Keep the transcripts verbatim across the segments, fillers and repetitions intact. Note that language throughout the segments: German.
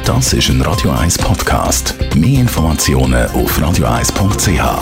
Das ist ein Radio eins Podcast. Mehr Informationen auf radio eins punkt c h.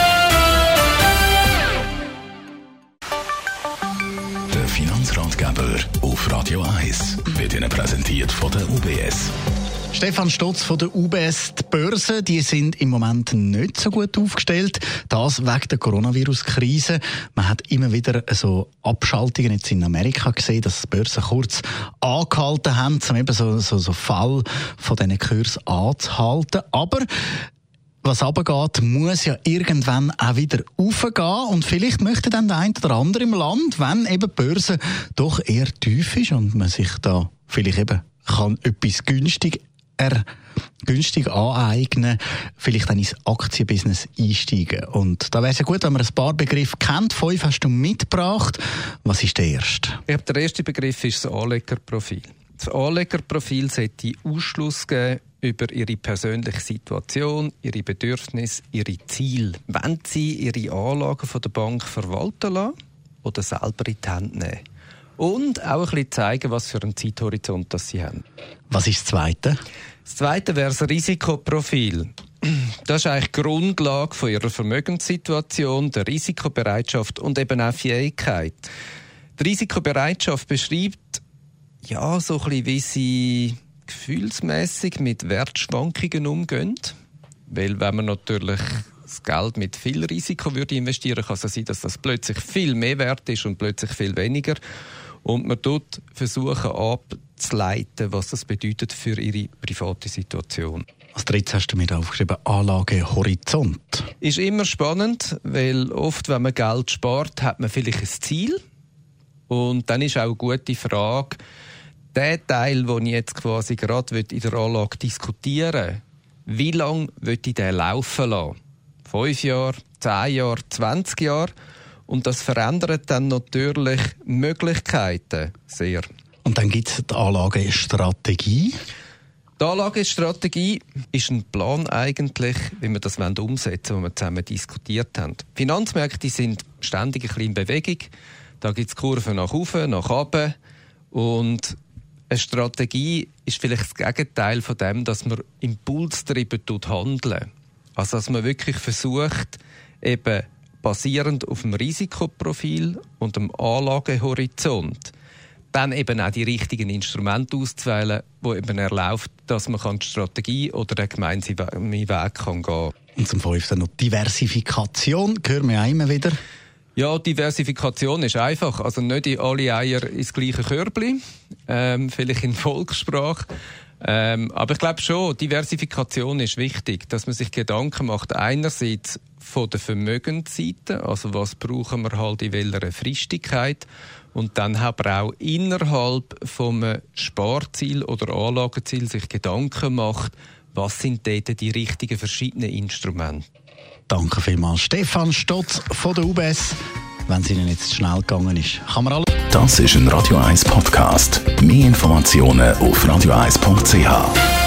Der Finanzratgeber auf Radio eins wird Ihnen präsentiert von der U B S. Stefan Stotz von der U B S. Die Börsen, die sind im Moment nicht so gut aufgestellt. Das wegen der Coronavirus-Krise. Man hat immer wieder so Abschaltungen jetzt in Amerika gesehen, dass die Börsen kurz angehalten haben, um eben so, so, so Fall von diesen Kursen anzuhalten. Aber was runtergeht, muss ja irgendwann auch wieder raufgehen. Und vielleicht möchte dann der eine oder andere im Land, wenn eben die Börse doch eher tief ist und man sich da vielleicht eben kann etwas günstig er günstig aneignen, vielleicht dann ins Aktienbusiness einsteigen. Und da wäre es ja gut, wenn man ein paar Begriffe kennt. Fünf hast du mitgebracht. Was ist der erste? Ich glaube, der erste Begriff ist das Anlegerprofil. Das Anlegerprofil sollte Ausschluss geben über ihre persönliche Situation, ihre Bedürfnisse, ihre Ziele. Wollen sie ihre Anlagen von der Bank verwalten lassen oder selber in die Hand nehmen? Und auch ein bisschen zeigen, was für einen Zeithorizont das sie haben. Was ist das Zweite? Das Zweite wäre das Risikoprofil. Das ist eigentlich die Grundlage von ihrer Vermögenssituation, der Risikobereitschaft und eben auch Fähigkeit. Die Risikobereitschaft beschreibt, ja, so ein bisschen, wie sie gefühlsmässig mit Wertschwankungen umgehen. Weil wenn man natürlich das Geld mit viel Risiko würde investieren, kann es sein, dass das plötzlich viel mehr wert ist und plötzlich viel weniger. Und man tut versuchen abzuleiten, was das bedeutet für ihre private Situation. Als drittes hast du mir aufgeschrieben, Anlagehorizont. Ist immer spannend, weil oft, wenn man Geld spart, hat man vielleicht ein Ziel. Und dann ist auch eine gute Frage, der Teil, den ich jetzt quasi gerade in der Anlage diskutieren will, wie lange will ich den laufen lassen? Fünf Jahre, zehn Jahre, zwanzig Jahre. Und das verändert dann natürlich Möglichkeiten sehr. Und dann gibt es die Anlagestrategie. Die Anlagestrategie ist ein Plan eigentlich, wie wir das umsetzen wollen, was wir zusammen diskutiert haben. Die Finanzmärkte sind ständig ein bisschen in Bewegung. Da gibt es Kurven nach oben, nach unten. Und eine Strategie ist vielleicht das Gegenteil von dem, dass man impulsgetrieben handeln. Also dass man wirklich versucht, eben basierend auf dem Risikoprofil und dem Anlagehorizont dann eben auch die richtigen Instrumente auszuwählen, die eben erlaubt, dass man die Strategie oder den gemeinsamen Weg kann gehen kann. Und zum Fünften noch Diversifikation, hören wir auch immer wieder. Ja, Diversifikation ist einfach. Also nicht in alle Eier ins gleiche Körbchen, ähm, vielleicht in Volkssprache. Ähm, aber ich glaube schon, Diversifikation ist wichtig, dass man sich Gedanken macht, einerseits von der Vermögensseite, also was brauchen wir halt in welcher Fristigkeit, und dann aber auch innerhalb vom Sparziel oder Anlageziel sich Gedanken macht, was sind dort die richtigen verschiedenen Instrumente. Danke vielmals, Stefan Stotz von der U B S. Wenn es Ihnen jetzt schnell gegangen ist, kann man alle. Das ist ein Radio eins Podcast. Mehr Informationen auf radio eins punkt c h.